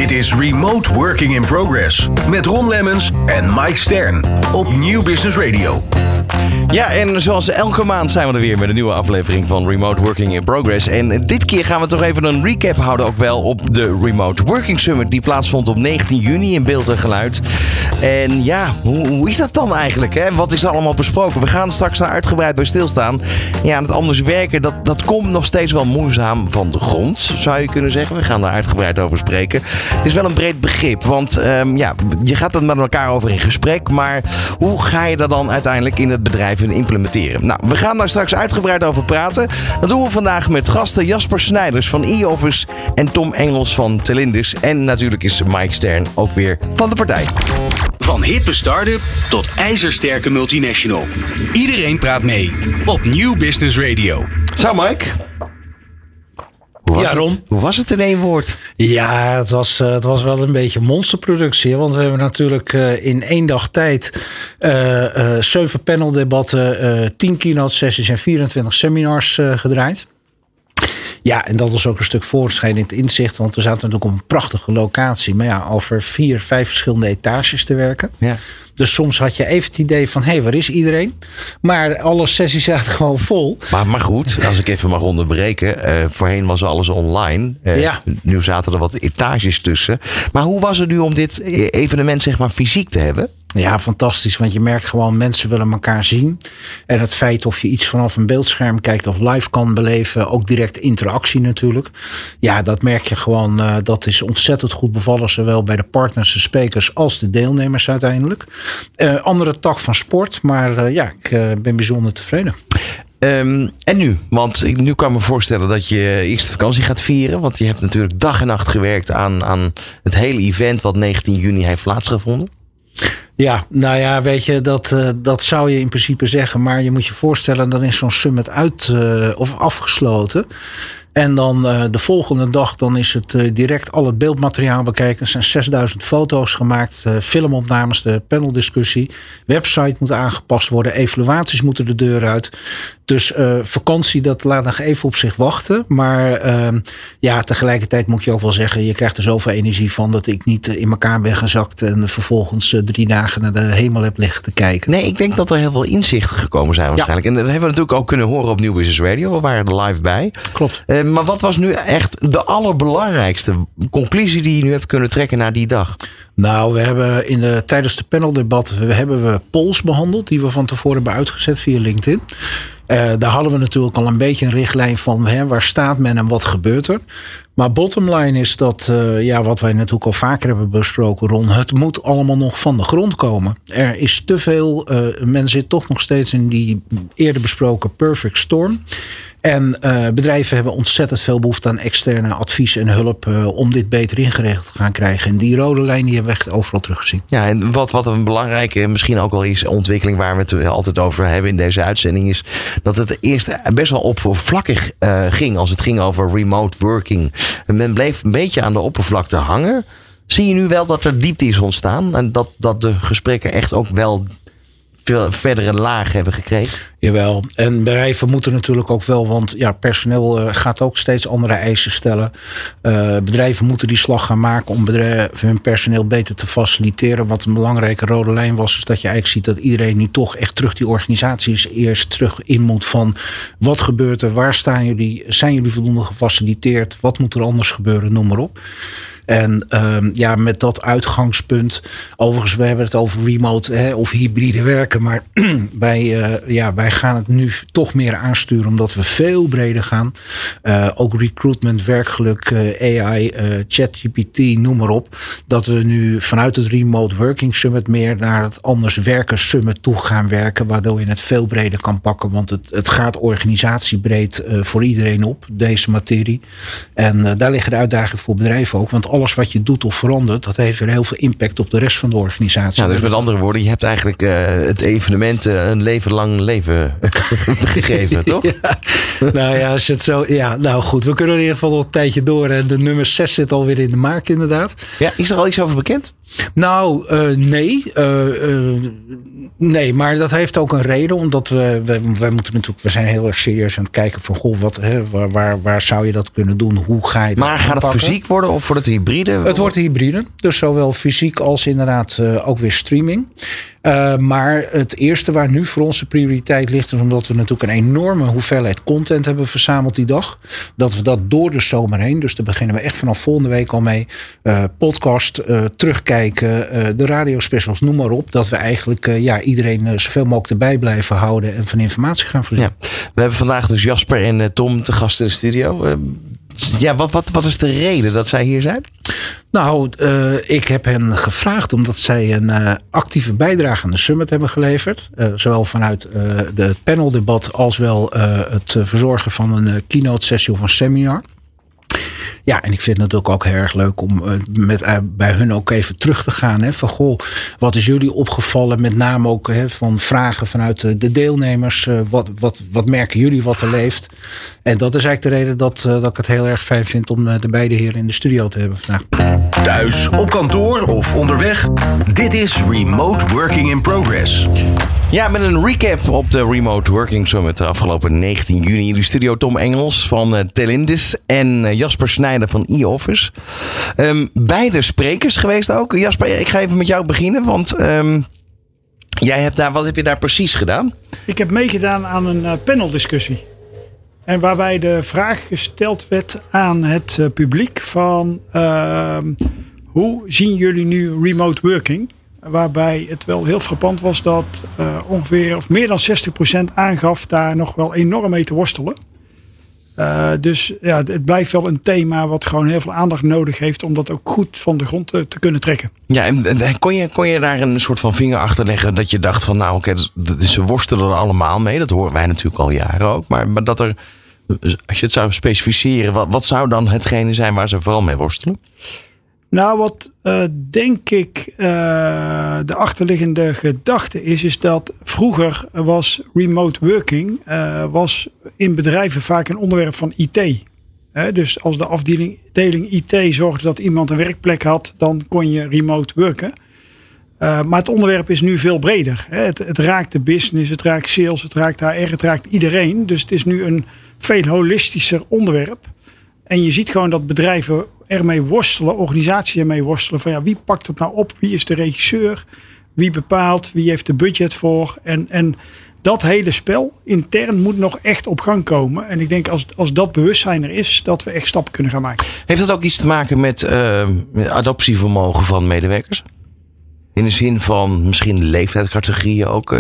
Dit is Remote Working in Progress met Ron Lemmens en Mike Stern op Nieuw Business Radio. Ja, en zoals elke maand zijn we er weer met een nieuwe aflevering van Remote Working in Progress. En dit keer gaan we toch even een recap houden ook wel op de Remote Working Summit die plaatsvond op 19 juni in beeld en geluid. En ja, hoe is dat dan eigenlijk? Hè? Wat is er allemaal besproken? We gaan straks daar uitgebreid bij stilstaan. Ja, het anders werken, dat komt nog steeds wel moeizaam van de grond, zou je kunnen zeggen. We gaan daar uitgebreid over spreken. Het is wel een breed begrip, want je gaat er met elkaar over in gesprek. Maar hoe ga je dat dan uiteindelijk in het bedrijf implementeren? Nou, we gaan daar straks uitgebreid over praten. Dat doen we vandaag met gasten Jasper Snijders van e-Office en Tom Engels van Telindus. En natuurlijk is Mike Stern ook weer van de partij. Van hippe start-up tot ijzersterke multinational. Iedereen praat mee op Nieuw Business Radio. Zo, Mike. Ron. Hoe was het in één woord? Ja, het was wel een beetje monsterproductie. Want we hebben natuurlijk in 1 dag tijd 7 paneldebatten, 10 keynote sessies en 24 seminars gedraaid. Ja, en dat was ook een stuk voorschrijdend inzicht. Want we zaten natuurlijk op een prachtige locatie. Maar ja, over 4, 5 verschillende etages te werken. Ja. Dus soms had je even het idee van, hé, waar is iedereen? Maar alle sessies zaten gewoon vol. Maar goed, als ik even mag onderbreken. Voorheen was alles online. Nu zaten er wat etages tussen. Maar hoe was het nu om dit evenement zeg maar fysiek te hebben? Ja, fantastisch. Want je merkt gewoon, mensen willen elkaar zien. En het feit of je iets vanaf een beeldscherm kijkt of live kan beleven. Ook direct interactie natuurlijk. Ja, dat merk je gewoon. Dat is ontzettend goed bevallen. Zowel bij de partners, de sprekers als de deelnemers uiteindelijk. Andere tak van sport. Maar ik ben bijzonder tevreden. En nu? Want nu kan ik me voorstellen dat je eerste vakantie gaat vieren. Want je hebt natuurlijk dag en nacht gewerkt aan het hele event wat 19 juni heeft plaatsgevonden. Ja, nou ja, weet je, dat zou je in principe zeggen. Maar je moet je voorstellen, dan is zo'n summit afgesloten. En dan de volgende dag, dan is het direct al het beeldmateriaal bekijken. Er zijn 6000 foto's gemaakt, filmopnames, de paneldiscussie. Website moet aangepast worden, evaluaties moeten de deur uit. Dus vakantie, dat laat nog even op zich wachten. Maar tegelijkertijd moet je ook wel zeggen, je krijgt er zoveel energie van dat ik niet in elkaar ben gezakt en vervolgens 3 dagen naar de hemel heb liggen te kijken. Nee, ik denk dat er heel veel inzichten gekomen zijn waarschijnlijk. Ja. En dat hebben we natuurlijk ook kunnen horen op Nieuw Business Radio. We waren er live bij. Klopt. Maar wat was nu echt de allerbelangrijkste conclusie die je nu hebt kunnen trekken na die dag? Nou, we hebben tijdens de paneldebatten hebben we polls behandeld die we van tevoren hebben uitgezet via LinkedIn. Daar hadden we natuurlijk al een beetje een richtlijn van waar staat men en wat gebeurt er. Maar bottom line is dat, wat wij natuurlijk al vaker hebben besproken, Ron, het moet allemaal nog van de grond komen. Er is te veel, men zit toch nog steeds in die eerder besproken perfect storm. En bedrijven hebben ontzettend veel behoefte aan externe advies en hulp om dit beter ingericht te gaan krijgen. En die rode lijn die hebben we echt overal teruggezien. Ja, en wat een belangrijke, misschien ook wel eens ontwikkeling waar we het altijd over hebben in deze uitzending is dat het eerst best wel oppervlakkig ging als het ging over remote working. En men bleef een beetje aan de oppervlakte hangen. Zie je nu wel dat er diepte is ontstaan en dat de gesprekken echt ook wel veel verdere laag hebben gekregen? Jawel, en bedrijven moeten natuurlijk ook wel, want personeel gaat ook steeds andere eisen stellen. Bedrijven moeten die slag gaan maken om hun personeel beter te faciliteren. Wat een belangrijke rode lijn was, is dat je eigenlijk ziet dat iedereen nu toch echt terug die organisaties eerst terug in moet van wat gebeurt er, waar staan jullie, zijn jullie voldoende gefaciliteerd, wat moet er anders gebeuren, noem maar op. En met dat uitgangspunt, overigens we hebben het over remote of hybride werken, maar wij gaan het nu toch meer aansturen omdat we veel breder gaan. Ook recruitment, werkgeluk, AI, ChatGPT, noem maar op. Dat we nu vanuit het Remote Working Summit meer naar het Anders Werken Summit toe gaan werken, waardoor je het veel breder kan pakken, want het gaat organisatiebreed voor iedereen op, deze materie. En daar liggen de uitdagingen voor bedrijven ook, want alles wat je doet of verandert, dat heeft weer heel veel impact op de rest van de organisatie. Ja, dus met andere woorden, je hebt eigenlijk het evenement een leven lang leven gegeven, toch? Ja. Nou ja, als je het zo. Ja, nou goed, we kunnen in ieder geval nog een tijdje door. En de nummer 6 zit alweer in de maak, inderdaad. Ja, is er al iets over bekend? Nee, maar dat heeft ook een reden. Omdat wij moeten natuurlijk, we zijn heel erg serieus aan het kijken van waar zou je dat kunnen doen? Hoe ga je dat Maar gaat het fysiek worden of wordt het hybride? Het wordt hybride. Dus zowel fysiek als inderdaad ook weer streaming. Maar het eerste waar nu voor ons de prioriteit ligt, is omdat we natuurlijk een enorme hoeveelheid content hebben verzameld die dag. Dat we dat door de zomer heen, dus daar beginnen we echt vanaf volgende week al mee. Podcast, terugkijken, de radiospecials, noem maar op. Dat we eigenlijk iedereen zoveel mogelijk erbij blijven houden en van informatie gaan voorzien. Ja. We hebben vandaag dus Jasper en Tom te gast in de studio. Wat is de reden dat zij hier zijn? Nou, ik heb hen gevraagd omdat zij een actieve bijdrage aan de summit hebben geleverd. Zowel vanuit het paneldebat als wel het verzorgen van een keynote sessie of een seminar. Ja, en ik vind het natuurlijk ook heel erg leuk om bij hun ook even terug te gaan. Hè, van wat is jullie opgevallen? Met name ook van vragen vanuit de deelnemers. Wat merken jullie wat er leeft? En dat is eigenlijk de reden dat ik het heel erg fijn vind om de beide heren in de studio te hebben vandaag. Thuis, op kantoor of onderweg. Dit is Remote Working in Progress. Ja, met een recap op de Remote Working Summit de afgelopen 19 juni in de studio. Tom Engels van Telindis en Jasper Snijder van e-Office. Beide sprekers geweest ook. Jasper, ik ga even met jou beginnen, want wat heb je daar precies gedaan? Ik heb meegedaan aan een paneldiscussie. En waarbij de vraag gesteld werd aan het publiek van hoe zien jullie nu remote working? Waarbij het wel heel frappant was dat ongeveer of meer dan 60% aangaf daar nog wel enorm mee te worstelen. Dus ja, het blijft wel een thema wat gewoon heel veel aandacht nodig heeft om dat ook goed van de grond te kunnen trekken. Ja, en kon je daar een soort van vinger achter leggen dat je dacht van ze worstelen er allemaal mee. Dat horen wij natuurlijk al jaren ook. Maar dat er, als je het zou specificeren, wat zou dan hetgene zijn waar ze vooral mee worstelen? Nou, wat denk ik de achterliggende gedachte is dat vroeger was remote working was in bedrijven vaak een onderwerp van IT. Dus als de afdeling IT zorgde dat iemand een werkplek had, dan kon je remote werken. Maar het onderwerp is nu veel breder. Het raakt de business, het raakt sales, het raakt HR, het raakt iedereen. Dus het is nu een veel holistischer onderwerp. En je ziet gewoon dat bedrijven ermee worstelen, organisaties ermee worstelen. Van wie pakt het nou op? Wie is de regisseur? Wie bepaalt? Wie heeft de budget voor? En dat hele spel intern moet nog echt op gang komen. En ik denk als dat bewustzijn er is, dat we echt stappen kunnen gaan maken. Heeft dat ook iets te maken met adoptievermogen van medewerkers? In de zin van misschien leeftijdscategorieën ook.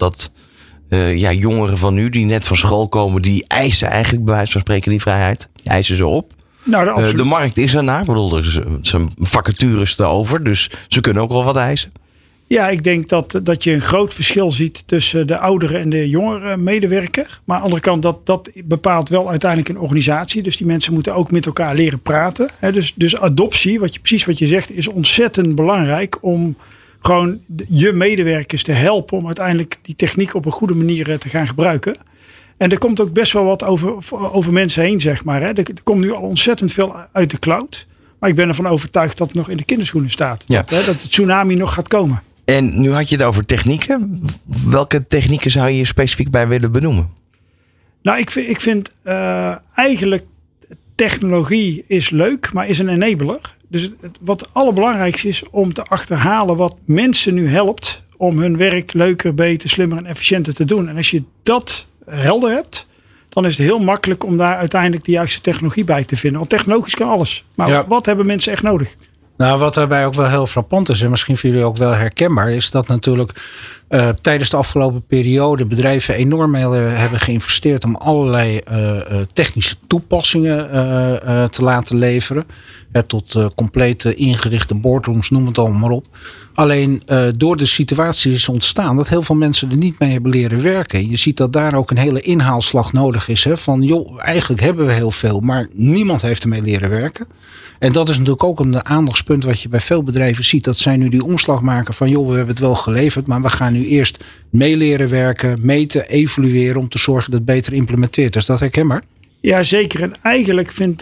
Jongeren van nu die net van school komen, die eisen eigenlijk bij wijze van spreken die vrijheid. Die eisen ze op. Nou, de markt is ernaar. Ik bedoel, er zijn vacatures te over. Dus ze kunnen ook wel wat eisen. Ja, ik denk dat je een groot verschil ziet tussen de oudere en de jongere medewerker. Maar aan de andere kant, dat bepaalt wel uiteindelijk een organisatie. Dus die mensen moeten ook met elkaar leren praten. Dus adoptie, precies wat je zegt, is ontzettend belangrijk om gewoon je medewerkers te helpen om uiteindelijk die techniek op een goede manier te gaan gebruiken. En er komt ook best wel wat over mensen heen, zeg maar. Er komt nu al ontzettend veel uit de cloud. Maar ik ben ervan overtuigd dat het nog in de kinderschoenen staat. Ja. Dat de tsunami nog gaat komen. En nu had je het over technieken. Welke technieken zou je hier specifiek bij willen benoemen? Nou, ik vind eigenlijk technologie is leuk, maar is een enabler. Dus wat allerbelangrijkste is om te achterhalen wat mensen nu helpt om hun werk leuker, beter, slimmer en efficiënter te doen. En als je dat helder hebt, dan is het heel makkelijk om daar uiteindelijk de juiste technologie bij te vinden. Want technologisch kan alles. Maar wat hebben mensen echt nodig? Nou, wat daarbij ook wel heel frappant is, en misschien voor jullie ook wel herkenbaar, is dat natuurlijk tijdens de afgelopen periode bedrijven enorm hebben geïnvesteerd om allerlei technische toepassingen te laten leveren. Tot complete ingerichte boardrooms, noem het allemaal maar op. Alleen door de situatie is ontstaan dat heel veel mensen er niet mee hebben leren werken. Je ziet dat daar ook een hele inhaalslag nodig is. Van eigenlijk hebben we heel veel, maar niemand heeft ermee leren werken. En dat is natuurlijk ook een aandachtspunt wat je bij veel bedrijven ziet. Dat zij nu die omslag maken van we hebben het wel geleverd, maar we gaan nu eerst mee leren werken, meten, evalueren om te zorgen dat het beter implementeert. Is dat herkenbaar? Ja, zeker. En eigenlijk vind ik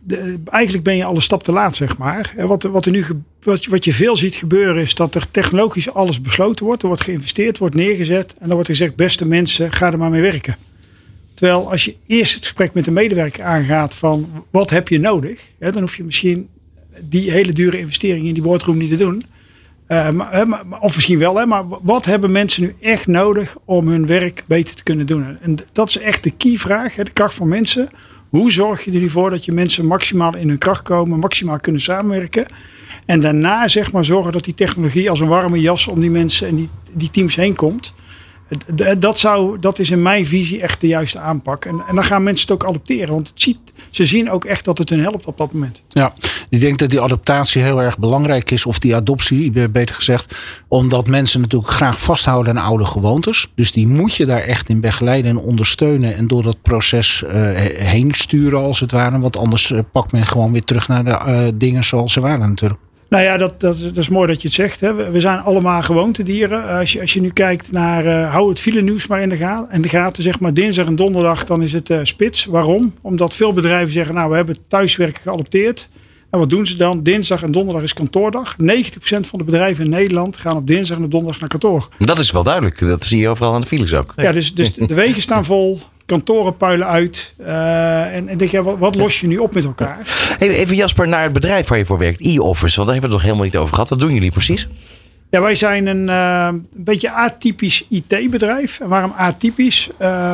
eigenlijk ben je al een stap te laat, zeg maar. Wat je veel ziet gebeuren is dat er technologisch alles besloten wordt. Er wordt geïnvesteerd, wordt neergezet. En dan wordt gezegd, beste mensen, ga er maar mee werken. Terwijl als je eerst het gesprek met de medewerker aangaat van wat heb je nodig. Dan hoef je misschien die hele dure investering in die boardroom niet te doen. Of misschien wel, maar wat hebben mensen nu echt nodig om hun werk beter te kunnen doen? En dat is echt de key-vraag, de kracht van mensen. Hoe zorg je ervoor dat je mensen maximaal in hun kracht komen, maximaal kunnen samenwerken? En daarna zeg maar zorgen dat die technologie als een warme jas om die mensen en die teams heen komt. Dat is in mijn visie echt de juiste aanpak. En dan gaan mensen het ook adopteren. Want ze zien ook echt dat het hun helpt op dat moment. Ja, ik denk dat die adaptatie heel erg belangrijk is. Of die adoptie, beter gezegd. Omdat mensen natuurlijk graag vasthouden aan oude gewoontes. Dus die moet je daar echt in begeleiden en ondersteunen. En door dat proces heen sturen als het ware. Want anders pakt men gewoon weer terug naar de dingen zoals ze waren natuurlijk. Nou ja, dat is mooi dat je het zegt. Hè. We zijn allemaal gewoontedieren. Als je nu kijkt naar hou het filenieuws maar in de gaten. Zeg maar dinsdag en donderdag, dan is het spits. Waarom? Omdat veel bedrijven zeggen, nou we hebben thuiswerken geadopteerd. En wat doen ze dan? Dinsdag en donderdag is kantoordag. 90% van de bedrijven in Nederland gaan op dinsdag en op donderdag naar kantoor. Dat is wel duidelijk. Dat zie je overal aan de files ook. Ja, dus de wegen staan vol. Kantoren puilen uit. En denk je, wat los je nu op met elkaar? Even Jasper, naar het bedrijf waar je voor werkt. E-Office, want daar hebben we het nog helemaal niet over gehad. Wat doen jullie precies? Ja, wij zijn een beetje atypisch IT-bedrijf. En waarom atypisch?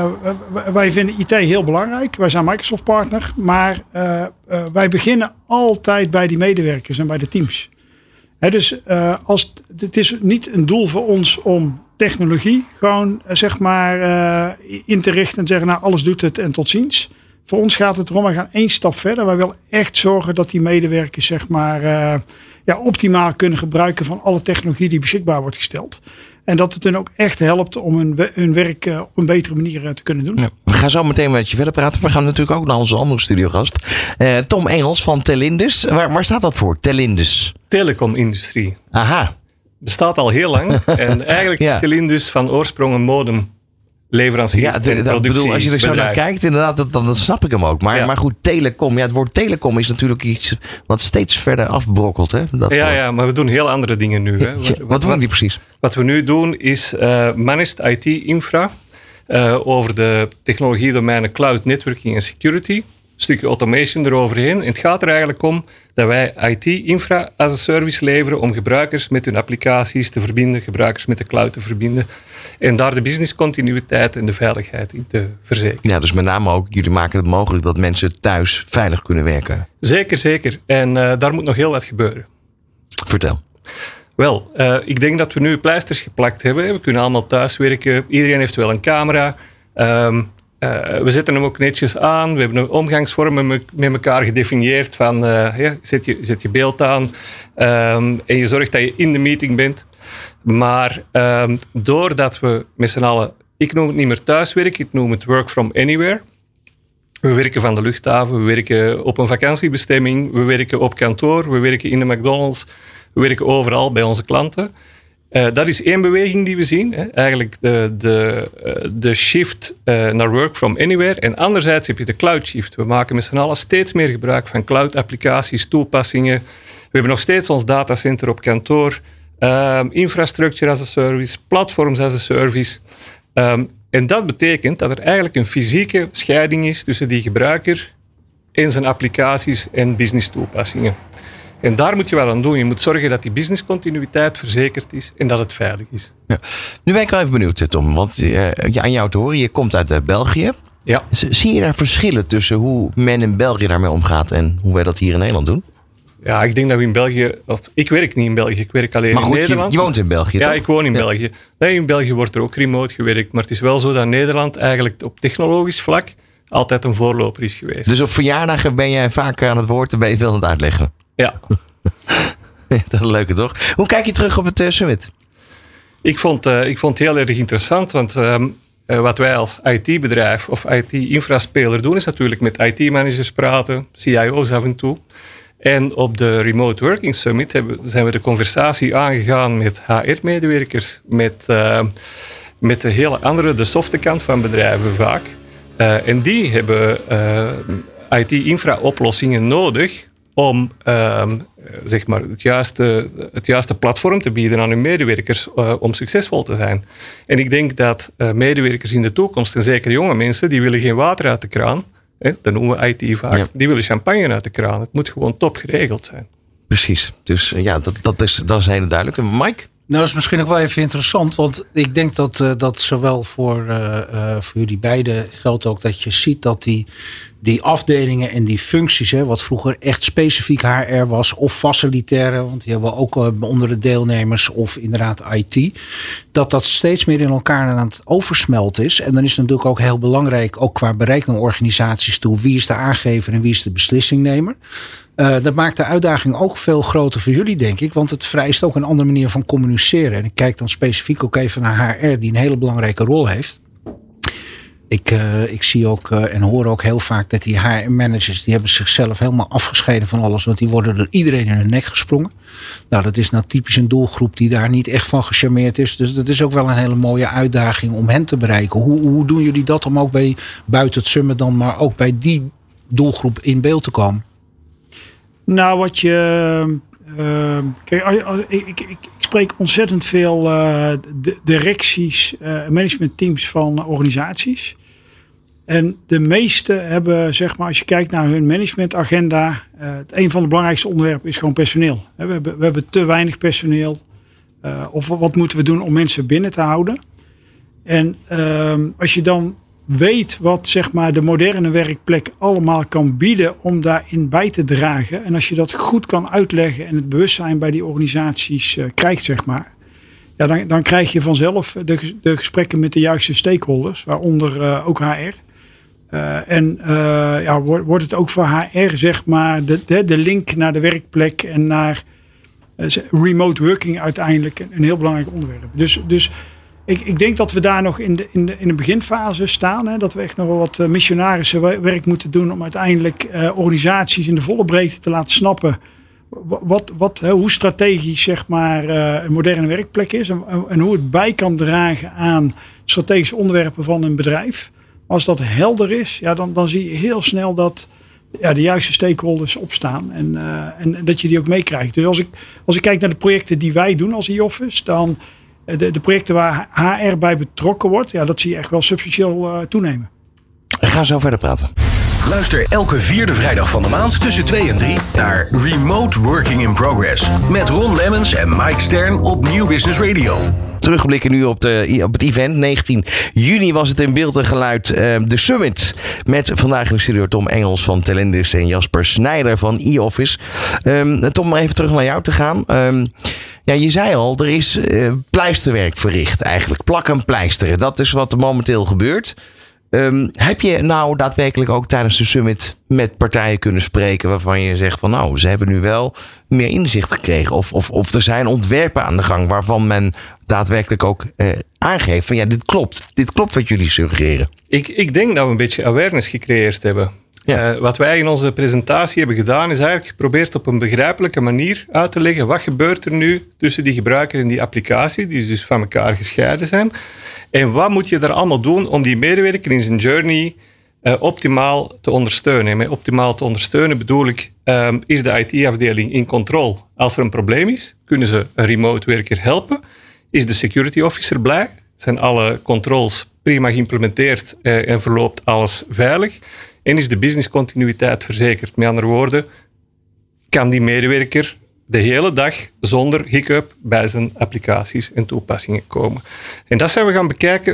Wij vinden IT heel belangrijk. Wij zijn Microsoft partner. Maar wij beginnen altijd bij die medewerkers en bij de teams. Dus het is niet een doel voor ons om technologie gewoon zeg maar in te richten en zeggen, nou alles doet het en tot ziens. Voor ons gaat het erom, we gaan 1 stap verder. Wij willen echt zorgen dat die medewerkers zeg maar optimaal kunnen gebruiken van alle technologie die beschikbaar wordt gesteld. En dat het hun ook echt helpt om hun werk op een betere manier te kunnen doen. Ja, we gaan zo meteen met je verder praten. We gaan natuurlijk ook naar onze andere studiogast. Tom Engels van Telindus. Waar staat dat voor, Telindus? Telecomindustrie. Aha. Bestaat al heel lang. En eigenlijk is Telindus van oorsprong een modemleverancier. Ja, dat bedoel, als je er zo naar kijkt, inderdaad, dan snap ik hem ook. Maar goed, telecom. Ja, het woord telecom is natuurlijk iets wat steeds verder afbrokkelt. Hè? Ja, maar we doen heel andere dingen nu. Hè. Wat doen die precies? Wat we nu doen is managed IT-infra over de technologiedomeinen cloud, networking en security. Een stukje automation eroverheen. En het gaat er eigenlijk om dat wij IT-infra as a service leveren om gebruikers met hun applicaties te verbinden, gebruikers met de cloud te verbinden en daar de businesscontinuïteit en de veiligheid in te verzekeren. Ja, dus met name ook, jullie maken het mogelijk dat mensen thuis veilig kunnen werken. Zeker. En daar moet nog heel wat gebeuren. Vertel. Wel, ik denk dat we nu pleisters geplakt hebben. We kunnen allemaal thuiswerken. Iedereen heeft wel een camera. We zetten hem ook netjes aan. We hebben een omgangsvormen met elkaar gedefinieerd van zet je beeld aan en je zorgt dat je in de meeting bent. Maar doordat we met z'n allen, ik noem het niet meer thuiswerken, ik noem het work from anywhere. We werken van de luchthaven, we werken op een vakantiebestemming, we werken op kantoor, we werken in de McDonald's, we werken overal bij onze klanten. Dat is één beweging die we zien. Hè. Eigenlijk de shift naar work from anywhere. En anderzijds heb je de cloud shift. We maken met z'n allen steeds meer gebruik van cloud applicaties, toepassingen. We hebben nog steeds ons datacenter op kantoor. Infrastructure as a service, platforms as a service. En dat betekent dat er eigenlijk een fysieke scheiding is tussen die gebruiker en zijn applicaties en business toepassingen. En daar moet je wel aan doen. Je moet zorgen dat die businesscontinuïteit verzekerd is en dat het veilig is. Ja. Nu ben ik wel even benieuwd, Tom. Want aan jou te horen, je komt uit België. Ja. Zie je daar verschillen tussen hoe men in België daarmee omgaat en hoe wij dat hier in Nederland doen? Ja, ik denk dat we in België... Ik werk niet in België, ik werk alleen in Nederland. Je woont in België, ja, toch? Ik woon in België. Nee, in België wordt er ook remote gewerkt. Maar het is wel zo dat Nederland eigenlijk op technologisch vlak altijd een voorloper is geweest. Dus op verjaardagen ben jij vaak aan het woord en ben je veel aan het uitleggen? Ja. Dat is leuk, toch? Hoe kijk je terug op het Summit? Ik vond het heel erg interessant, want wat wij als IT-bedrijf of IT-infraspeler doen, is natuurlijk met IT-managers praten, CIO's af en toe. En op de Remote Working Summit zijn we de conversatie aangegaan met HR-medewerkers, met de hele andere, de softe kant van bedrijven vaak. En die hebben IT-infra-oplossingen nodig om zeg maar het juiste platform te bieden aan hun medewerkers om succesvol te zijn. En ik denk dat medewerkers in de toekomst, en zeker jonge mensen, die willen geen water uit de kraan. Dat noemen we IT vaak. Ja. Die willen champagne uit de kraan. Het moet gewoon top geregeld zijn. Precies. Dus dat is hele duidelijk. En Mike? Nou, dat is misschien ook wel even interessant. Want ik denk dat zowel voor jullie beiden geldt ook dat je ziet dat die afdelingen en die functies, wat vroeger echt specifiek HR was, of facilitaire, want die hebben we ook onder de deelnemers, of inderdaad IT, dat steeds meer in elkaar aan het oversmelten is. En dan is het natuurlijk ook heel belangrijk, ook qua bereik naar organisaties toe, wie is de aangever en wie is de beslissingnemer. Dat maakt de uitdaging ook veel groter voor jullie, denk ik. Want het vereist ook een andere manier van communiceren. En ik kijk dan specifiek ook even naar HR, die een hele belangrijke rol heeft. Ik zie ook en hoor ook heel vaak dat die HR-managers, die hebben zichzelf helemaal afgescheiden van alles. Want die worden door iedereen in hun nek gesprongen. Nou, dat is nou typisch een doelgroep die daar niet echt van gecharmeerd is. Dus dat is ook wel een hele mooie uitdaging om hen te bereiken. Hoe doen jullie dat om ook buiten het summit dan, maar ook bij die doelgroep in beeld te komen? Nou, wat je... kijk, ik spreek ontzettend veel directies, managementteams van organisaties. En de meeste hebben, zeg maar, als je kijkt naar hun managementagenda, een van de belangrijkste onderwerpen is gewoon personeel. We hebben te weinig personeel. Of wat moeten we doen om mensen binnen te houden? En als je dan weet wat, zeg maar, de moderne werkplek allemaal kan bieden om daarin bij te dragen. En als je dat goed kan uitleggen en het bewustzijn bij die organisaties krijgt, zeg maar. Ja, dan krijg je vanzelf de gesprekken met de juiste stakeholders, waaronder ook HR. Wordt het ook voor HR, zeg maar, de link naar de werkplek en naar remote working uiteindelijk een heel belangrijk onderwerp. Dus ik denk dat we daar nog in de beginfase staan. Hè, dat we echt nog wel wat missionarische werk moeten doen om uiteindelijk organisaties in de volle breedte te laten snappen hoe strategisch, zeg maar, een moderne werkplek is en hoe het bij kan dragen aan strategische onderwerpen van een bedrijf. Als dat helder is, ja, dan zie je heel snel dat de juiste stakeholders opstaan en dat je die ook meekrijgt. Dus als ik kijk naar de projecten die wij doen als e-office, dan de projecten waar HR bij betrokken wordt, ja, dat zie je echt wel substantieel toenemen. We gaan zo verder praten. Luister elke 4e vrijdag van de maand tussen 2 en 3 naar Remote Working in Progress. Met Ron Lemmens en Mike Stern op Nieuw Business Radio. Terugblikken nu op het event. 19 juni was het in beeld en geluid de Summit. Met vandaag in de studio Tom Engels van Telendis en Jasper Snijder van e-office. Tom, even terug naar jou te gaan. Je zei al, er is pleisterwerk verricht eigenlijk. Plakken en pleisteren, dat is wat er momenteel gebeurt. Heb je nou daadwerkelijk ook tijdens de summit met partijen kunnen spreken waarvan je zegt van nou, ze hebben nu wel meer inzicht gekregen of er zijn ontwerpen aan de gang waarvan men daadwerkelijk ook aangeeft van ja, dit klopt wat jullie suggereren? Ik denk dat we een beetje awareness gecreëerd hebben. Ja. Wat wij in onze presentatie hebben gedaan is eigenlijk geprobeerd op een begrijpelijke manier uit te leggen wat gebeurt er nu tussen die gebruiker en die applicatie, die dus van elkaar gescheiden zijn. En wat moet je er allemaal doen om die medewerker in zijn journey optimaal te ondersteunen. En met optimaal te ondersteunen bedoel ik, is de IT-afdeling in controle? Als er een probleem is, kunnen ze een remote werker helpen? Is de security officer blij? Zijn alle controls prima geïmplementeerd en verloopt alles veilig? En is de businesscontinuïteit verzekerd? Met andere woorden, kan die medewerker de hele dag zonder hiccup bij zijn applicaties en toepassingen komen? En dat zijn we gaan bekijken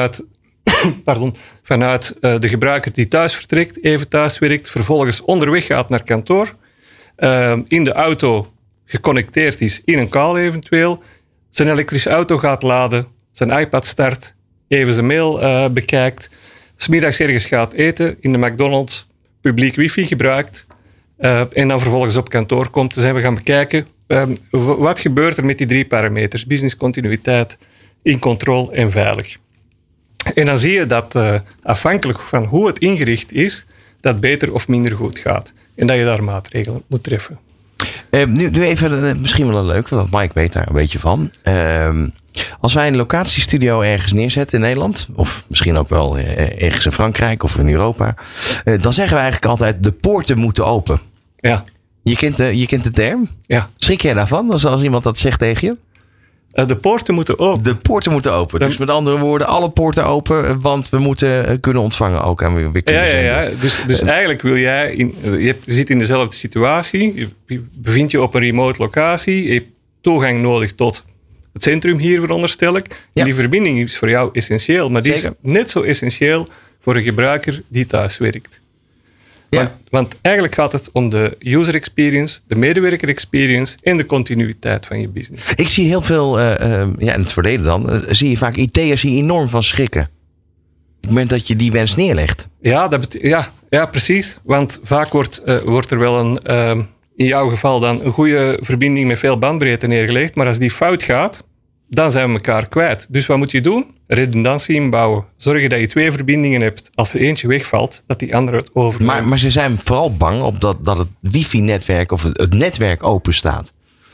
vanuit de gebruiker die thuis vertrekt, even thuis werkt, vervolgens onderweg gaat naar kantoor, in de auto geconnecteerd is, in een call eventueel, zijn elektrische auto gaat laden, zijn iPad start, even zijn mail bekijkt, 's middags ergens gaat eten, in de McDonald's, publiek wifi gebruikt en dan vervolgens op kantoor komt. Dan zijn we gaan bekijken, wat gebeurt er met die 3 parameters? Business continuïteit, in controle en veilig. En dan zie je dat afhankelijk van hoe het ingericht is, dat beter of minder goed gaat. En dat je daar maatregelen moet treffen. Nu even, misschien wel een leuke, want Mike weet daar een beetje van. Als wij een locatiestudio ergens neerzetten in Nederland, of misschien ook wel ergens in Frankrijk of in Europa, dan zeggen we eigenlijk altijd: de poorten moeten open. Ja. Je kent de term? Ja. Schrik jij daarvan als iemand dat zegt tegen je? De poorten moeten open. De poorten moeten open. Dus met andere woorden, alle poorten open, want we moeten kunnen ontvangen ook en weer kunnen zenden. Ja. Dus eigenlijk wil jij, je zit in dezelfde situatie, je bevindt je op een remote locatie, je hebt toegang nodig tot het centrum hier, veronderstel ik. Ja. En die verbinding is voor jou essentieel, maar die Zeker. is net zo essentieel voor een gebruiker die thuis werkt. Ja. Want eigenlijk gaat het om de user experience, de medewerker experience en de continuïteit van je business. Ik zie heel veel, in het verleden dan, zie je vaak IT'ers die enorm van schrikken. Op het moment dat je die wens neerlegt. Ja, precies. Want vaak wordt er wel in jouw geval dan een goede verbinding met veel bandbreedte neergelegd. Maar als die fout gaat, dan zijn we elkaar kwijt. Dus wat moet je doen? Redundantie inbouwen. Zorgen dat je 2 verbindingen hebt. Als er eentje wegvalt, dat die andere het overneemt. Maar ze zijn vooral bang op dat het wifi-netwerk of het netwerk open staat.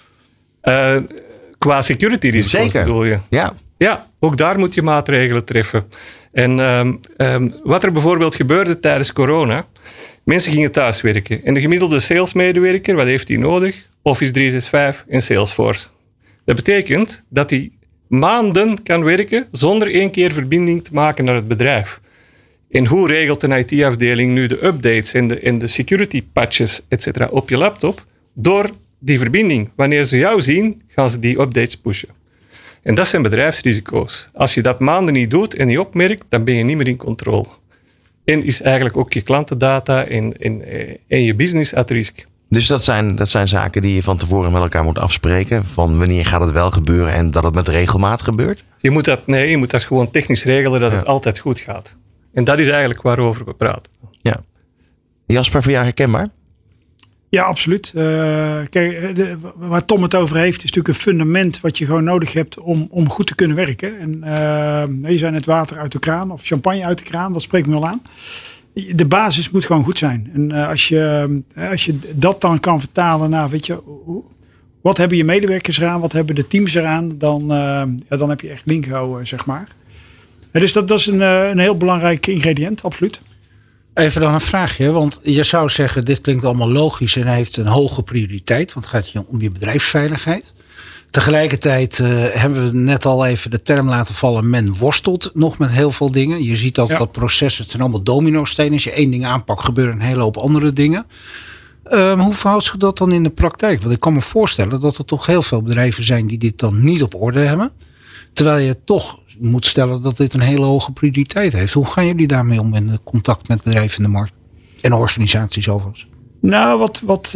Qua security risico's Zeker. bedoel je? Ja, ook daar moet je maatregelen treffen. En wat er bijvoorbeeld gebeurde tijdens corona. Mensen gingen thuiswerken. En de gemiddelde salesmedewerker, wat heeft hij nodig? Office 365 en Salesforce. Dat betekent dat hij maanden kan werken zonder 1 keer verbinding te maken naar het bedrijf. En hoe regelt een IT-afdeling nu de updates en de security patches, etc. op je laptop? Door die verbinding. Wanneer ze jou zien, gaan ze die updates pushen. En dat zijn bedrijfsrisico's. Als je dat maanden niet doet en niet opmerkt, dan ben je niet meer in controle. En is eigenlijk ook je klantendata en je business at risk. Dus dat zijn zaken die je van tevoren met elkaar moet afspreken. Van wanneer gaat het wel gebeuren en dat het met regelmaat gebeurt? Je moet dat gewoon technisch regelen dat het altijd goed gaat. En dat is eigenlijk waarover we praten. Ja. Jasper, voor jou herkenbaar? Ja, absoluut. Kijk, waar Tom het over heeft, is natuurlijk een fundament wat je gewoon nodig hebt om goed te kunnen werken. En je zei net water uit de kraan of champagne uit de kraan, dat spreekt me wel aan. De basis moet gewoon goed zijn. En als je dat dan kan vertalen naar, weet je, wat hebben je medewerkers eraan, wat hebben de teams eraan, dan heb je echt lingo, zeg maar. Dus dat is een heel belangrijk ingrediënt, absoluut. Even dan een vraagje, want je zou zeggen, dit klinkt allemaal logisch en heeft een hoge prioriteit, want het gaat om je bedrijfsveiligheid. Tegelijkertijd hebben we net al even de term laten vallen, men worstelt nog met heel veel dingen. Je ziet ook dat processen, het zijn allemaal dominostenen. Als je 1 ding aanpakt, gebeuren een hele hoop andere dingen. Hoe verhoudt zich dat dan in de praktijk? Want ik kan me voorstellen dat er toch heel veel bedrijven zijn die dit dan niet op orde hebben. Terwijl je toch moet stellen dat dit een hele hoge prioriteit heeft. Hoe gaan jullie daarmee om in contact met bedrijven in de markt? En organisaties overigens? Nou,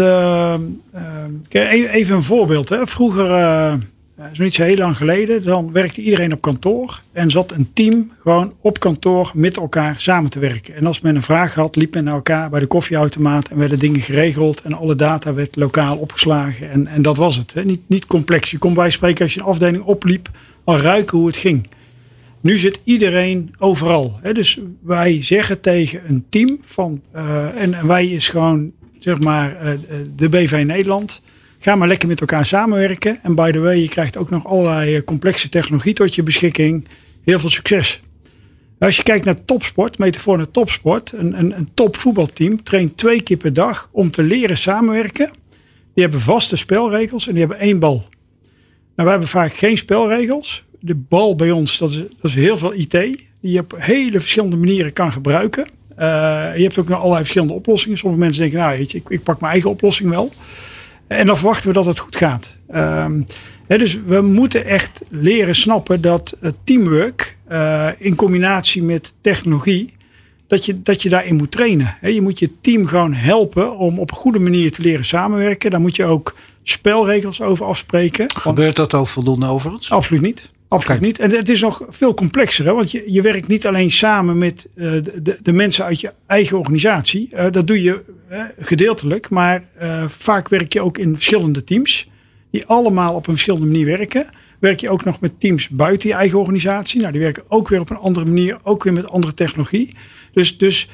even een voorbeeld. Hè. Vroeger, is niet zo heel lang geleden, dan werkte iedereen op kantoor. En zat een team gewoon op kantoor met elkaar samen te werken. En als men een vraag had, liep men naar elkaar bij de koffieautomaat en werden dingen geregeld. En alle data werd lokaal opgeslagen. En dat was het. Hè. Niet complex. Je kon bij spreken als je een afdeling opliep, al ruiken hoe het ging. Nu zit iedereen overal. Hè. Dus wij zeggen tegen een team van, en wij is gewoon, zeg maar, de BV Nederland. Ga maar lekker met elkaar samenwerken. En by the way, je krijgt ook nog allerlei complexe technologie tot je beschikking. Heel veel succes. Als je kijkt naar topsport, metafoor naar topsport. Een topvoetbalteam traint 2 keer per dag om te leren samenwerken. Die hebben vaste spelregels en die hebben 1 bal. Nou, wij hebben vaak geen spelregels. De bal bij ons, dat is heel veel IT. Die je op hele verschillende manieren kan gebruiken. Je hebt ook nog allerlei verschillende oplossingen. Sommige mensen denken, nou weet je, ik pak mijn eigen oplossing wel. En dan verwachten we dat het goed gaat. Dus we moeten echt leren snappen dat teamwork in combinatie met technologie, dat je daarin moet trainen. Je moet je team gewoon helpen om op een goede manier te leren samenwerken. Daar moet je ook spelregels over afspreken. Gebeurt dat ook voldoende overigens? Absoluut niet. Absoluut niet. En het is nog veel complexer. Hè? Want je werkt niet alleen samen met de mensen uit je eigen organisatie. Dat doe je gedeeltelijk. Maar vaak werk je ook in verschillende teams. Die allemaal op een verschillende manier werken. Werk je ook nog met teams buiten je eigen organisatie. Nou, die werken ook weer op een andere manier. Ook weer met andere technologie. Dus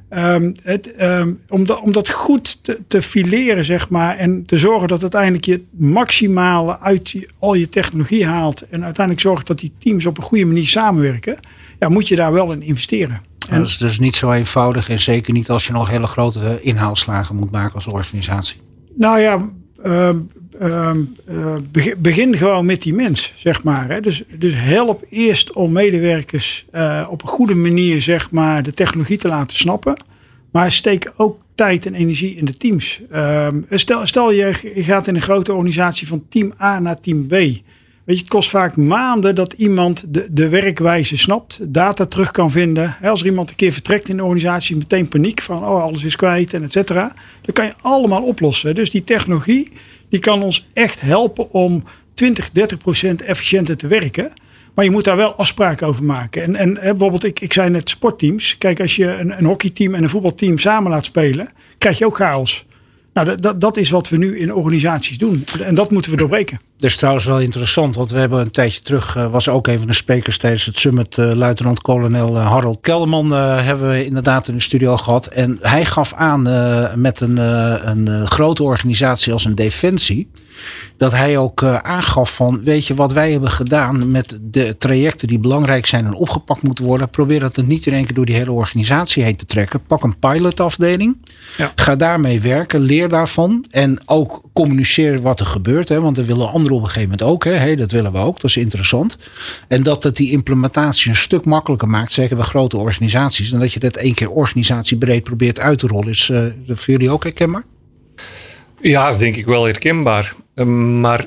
Om dat goed te fileren, zeg maar, en te zorgen dat uiteindelijk je het maximale uit al je technologie haalt en uiteindelijk zorgt dat die teams op een goede manier samenwerken, ja, moet je daar wel in investeren. En dat is dus niet zo eenvoudig en zeker niet als je nog hele grote inhaalslagen moet maken als organisatie. Nou ja, begin gewoon met die mens, zeg maar. Hè. Dus help eerst om medewerkers op een goede manier, zeg maar, de technologie te laten snappen. Maar steek ook tijd en energie in de teams. Stel je gaat in een grote organisatie van team A naar team B. Weet je, het kost vaak maanden dat iemand de werkwijze snapt, data terug kan vinden. Als er iemand een keer vertrekt in de organisatie, meteen paniek van alles is kwijt en et cetera. Dat kan je allemaal oplossen. Dus die technologie die kan ons echt helpen om 20-30% efficiënter te werken. Maar je moet daar wel afspraken over maken. En bijvoorbeeld, ik zei net sportteams. Kijk, als je een hockeyteam en een voetbalteam samen laat spelen, krijg je ook chaos. Nou, dat is wat we nu in organisaties doen. En dat moeten we doorbreken. Dat is trouwens wel interessant, want we hebben een tijdje terug, was ook een van de sprekers tijdens het summit, luitenant-kolonel Harold Kelderman, hebben we inderdaad in de studio gehad. En hij gaf aan met een grote organisatie als een Defensie, dat hij ook aangaf van, weet je wat wij hebben gedaan met de trajecten die belangrijk zijn en opgepakt moeten worden, probeer dat niet in één keer door die hele organisatie heen te trekken. Pak een pilotafdeling, ga daarmee werken, leer daarvan en ook communiceer wat er gebeurt, hè, want er willen anderen op een gegeven moment ook. Hè, dat willen we ook, dat is interessant. En dat het die implementatie een stuk makkelijker maakt, zeker bij grote organisaties, en dat je dat één keer organisatiebreed probeert uit te rollen. Is dat voor jullie ook herkenbaar? Ja, dat is denk ik wel herkenbaar. Maar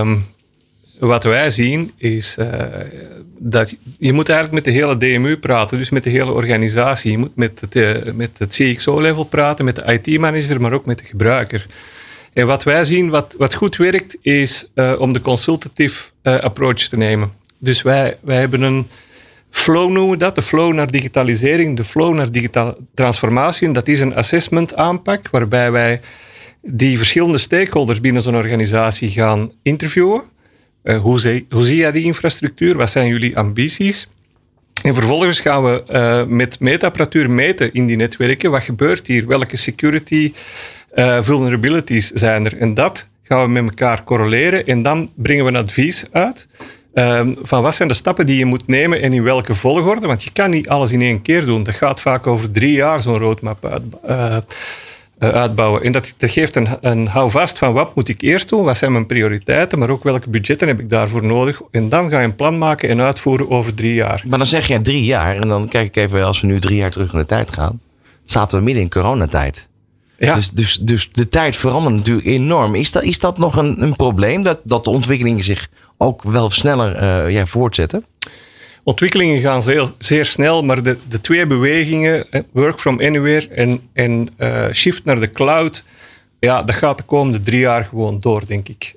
wat wij zien is dat je moet eigenlijk met de hele DMU praten, dus met de hele organisatie. Je moet met het CXO-level praten, met de IT-manager, maar ook met de gebruiker. En wat wij zien, wat goed werkt, is om de consultative approach te nemen. Dus wij hebben een flow, noemen we dat, de flow naar digitalisering, de flow naar digitale transformatie. En dat is een assessment aanpak, waarbij wij die verschillende stakeholders binnen zo'n organisatie gaan interviewen. Hoe zie jij die infrastructuur? Wat zijn jullie ambities? En vervolgens gaan we met meetapparatuur meten in die netwerken. Wat gebeurt hier? Welke security vulnerabilities zijn er? En dat gaan we met elkaar correleren. En dan brengen we een advies uit. Van wat zijn de stappen die je moet nemen en in welke volgorde? Want je kan niet alles in één keer doen. Dat gaat vaak over 3 jaar, zo'n roadmap uitbouwen. En dat geeft een houvast van wat moet ik eerst doen, wat zijn mijn prioriteiten, maar ook welke budgetten heb ik daarvoor nodig. En dan ga je een plan maken en uitvoeren over 3 jaar. Maar dan zeg je 3 jaar en dan kijk ik even, als we nu 3 jaar terug in de tijd gaan, zaten we midden in coronatijd. Ja. Dus de tijd verandert natuurlijk enorm. Is dat nog een probleem, dat de ontwikkelingen zich ook wel sneller voortzetten? Ontwikkelingen gaan zeer snel, maar de 2 bewegingen, work from anywhere en shift naar de cloud, ja, dat gaat de komende 3 jaar gewoon door, denk ik.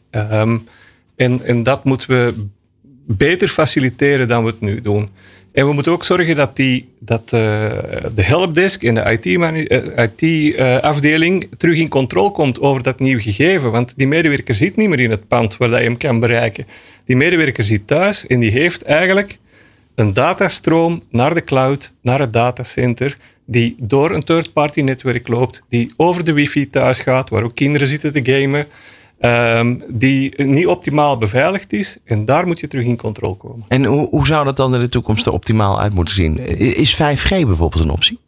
En dat moeten we beter faciliteren dan we het nu doen. En we moeten ook zorgen dat de helpdesk en de IT-afdeling terug in controle komt over dat nieuw gegeven. Want die medewerker zit niet meer in het pand waar je hem kan bereiken. Die medewerker zit thuis en die heeft eigenlijk een datastroom naar de cloud, naar het datacenter, die door een third-party netwerk loopt, die over de wifi thuis gaat, waar ook kinderen zitten te gamen, die niet optimaal beveiligd is. En daar moet je terug in controle komen. En hoe zou dat dan in de toekomst er optimaal uit moeten zien? Is 5G bijvoorbeeld een optie?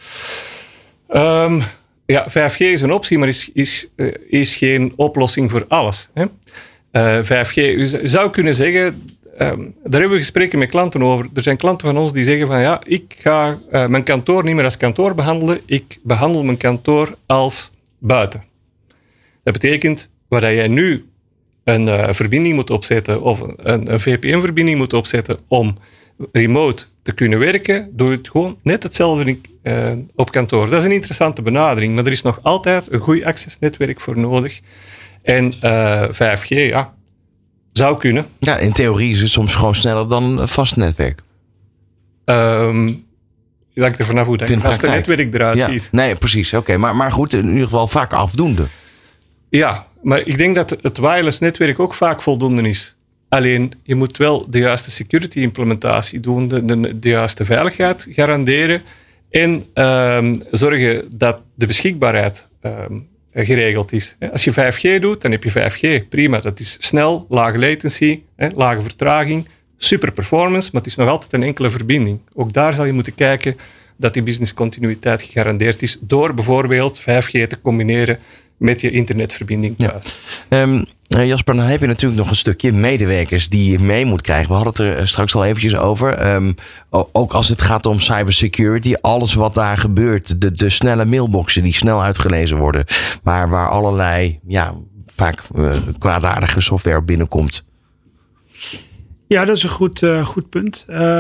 Ja, 5G is een optie, maar is geen oplossing voor alles. Hè? 5G, je zou kunnen zeggen, daar hebben we gesprekken met klanten over. Er zijn klanten van ons die zeggen van ja, ik ga mijn kantoor niet meer als kantoor behandelen. Ik behandel mijn kantoor als buiten. Dat betekent, waar jij nu een verbinding moet opzetten of een VPN-verbinding moet opzetten om remote te kunnen werken, doe je het gewoon net hetzelfde op kantoor. Dat is een interessante benadering, maar er is nog altijd een goed accessnetwerk voor nodig. En 5G, ja, zou kunnen. Ja, in theorie is het soms gewoon sneller dan een vast netwerk. Je hangt er vanaf hoe dat vaste netwerk eruit ziet. Nee, precies. Oké. Maar goed, in ieder geval vaak afdoende. Ja, maar ik denk dat het wireless netwerk ook vaak voldoende is. Alleen, je moet wel de juiste security implementatie doen, de juiste veiligheid garanderen. En zorgen dat de beschikbaarheid geregeld is. Als je 5G doet, dan heb je 5G. Prima, dat is snel, lage latency, lage vertraging, super performance, maar het is nog altijd een enkele verbinding. Ook daar zal je moeten kijken dat die businesscontinuïteit gegarandeerd is door bijvoorbeeld 5G te combineren met je internetverbinding thuis. Ja. Jasper, dan heb je natuurlijk nog een stukje medewerkers die je mee moet krijgen. We hadden het er straks al eventjes over. Ook als het gaat om cybersecurity, alles wat daar gebeurt. De snelle mailboxen die snel uitgelezen worden. Maar waar allerlei, vaak kwaadaardige software binnenkomt. Ja, dat is een goed punt.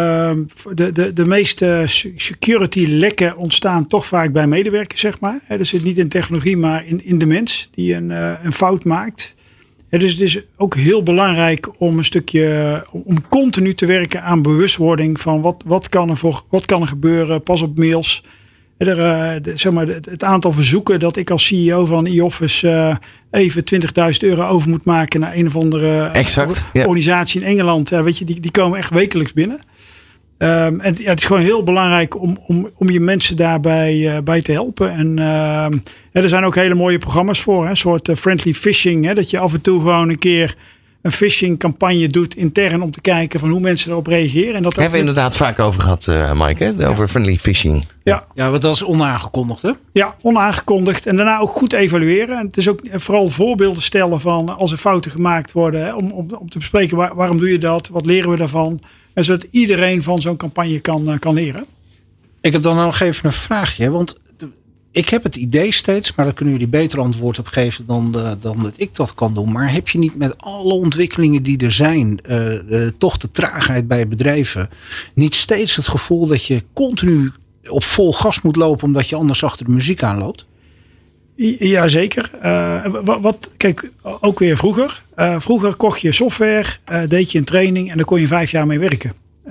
De meeste security lekken ontstaan toch vaak bij medewerkers, zeg maar. Dus het niet in technologie, maar in de mens die een fout maakt. Dus het is ook heel belangrijk om om continu te werken aan bewustwording van wat kan er gebeuren, pas op mails. Het aantal verzoeken dat ik als CEO van e-office even €20.000 over moet maken naar een of andere organisatie in Engeland. Weet je, die komen echt wekelijks binnen. Het is gewoon heel belangrijk om je mensen daarbij bij te helpen. En er zijn ook hele mooie programma's voor. Een soort friendly phishing. Dat je af en toe gewoon een keer een phishing campagne doet intern om te kijken van hoe mensen erop reageren. En dat hebben we inderdaad vaak over gehad, Mike, over friendly phishing. Ja, want dat is onaangekondigd, hè? Ja, onaangekondigd. En daarna ook goed evalueren. En het is ook vooral voorbeelden stellen van als er fouten gemaakt worden. Om te bespreken waarom doe je dat? Wat leren we daarvan? En zodat iedereen van zo'n campagne kan leren. Ik heb dan nog even een vraagje. Want ik heb het idee steeds, maar daar kunnen jullie beter antwoord op geven dan dat ik dat kan doen. Maar heb je niet met alle ontwikkelingen die er zijn, toch de traagheid bij bedrijven, niet steeds het gevoel dat je continu op vol gas moet lopen omdat je anders achter de muziek aanloopt? Jazeker. Kijk, ook weer vroeger. Vroeger kocht je software, deed je een training en daar kon je 5 jaar mee werken.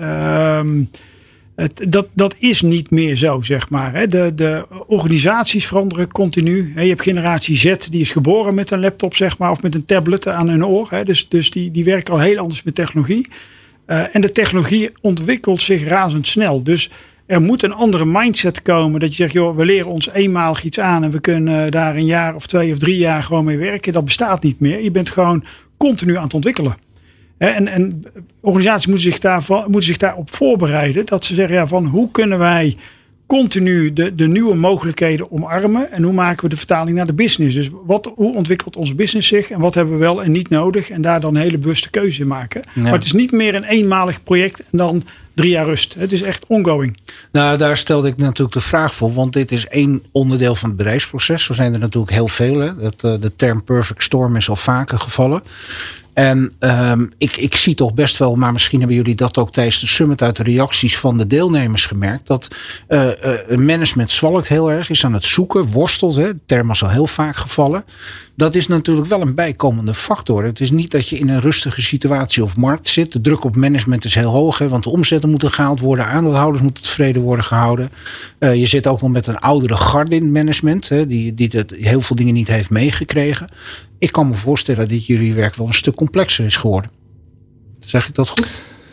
Dat is niet meer zo, zeg maar. De organisaties veranderen continu. Je hebt generatie Z, die is geboren met een laptop, zeg maar, of met een tablet aan hun oor. Dus die werken al heel anders met technologie. En de technologie ontwikkelt zich razendsnel. Dus er moet een andere mindset komen. Dat je zegt, joh, we leren ons eenmalig iets aan en we kunnen daar 1 jaar of 2 of 3 jaar gewoon mee werken. Dat bestaat niet meer. Je bent gewoon continu aan het ontwikkelen. En organisaties moeten zich daarop voorbereiden. Dat ze zeggen, van hoe kunnen wij continu de nieuwe mogelijkheden omarmen. En hoe maken we de vertaling naar de business. Dus hoe ontwikkelt onze business zich. En wat hebben we wel en niet nodig. En daar dan een hele bewuste keuze in maken. Ja. Maar het is niet meer een eenmalig project en dan 3 jaar rust. Het is echt ongoing. Nou, daar stelde ik natuurlijk de vraag voor. Want dit is 1 onderdeel van het bedrijfsproces. Zo zijn er natuurlijk heel veel. Hè. De term perfect storm is al vaker gevallen. En ik zie toch best wel, maar misschien hebben jullie dat ook tijdens de summit uit de reacties van de deelnemers gemerkt, dat management zwalkt heel erg, is aan het zoeken, worstelt. Hè, de term is al heel vaak gevallen. Dat is natuurlijk wel een bijkomende factor. Het is niet dat je in een rustige situatie of markt zit. De druk op management is heel hoog, hè, want de omzetten moeten gehaald worden, aandeelhouders moeten tevreden worden gehouden. Je zit ook nog met een oudere garde in het management, hè, die heel veel dingen niet heeft meegekregen. Ik kan me voorstellen dat jullie werk wel een stuk complexer is geworden. Zeg ik dat goed?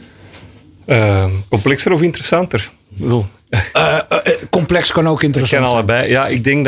Complexer of interessanter? Complex kan ook interessant zijn. Allebei. Ja, ik denk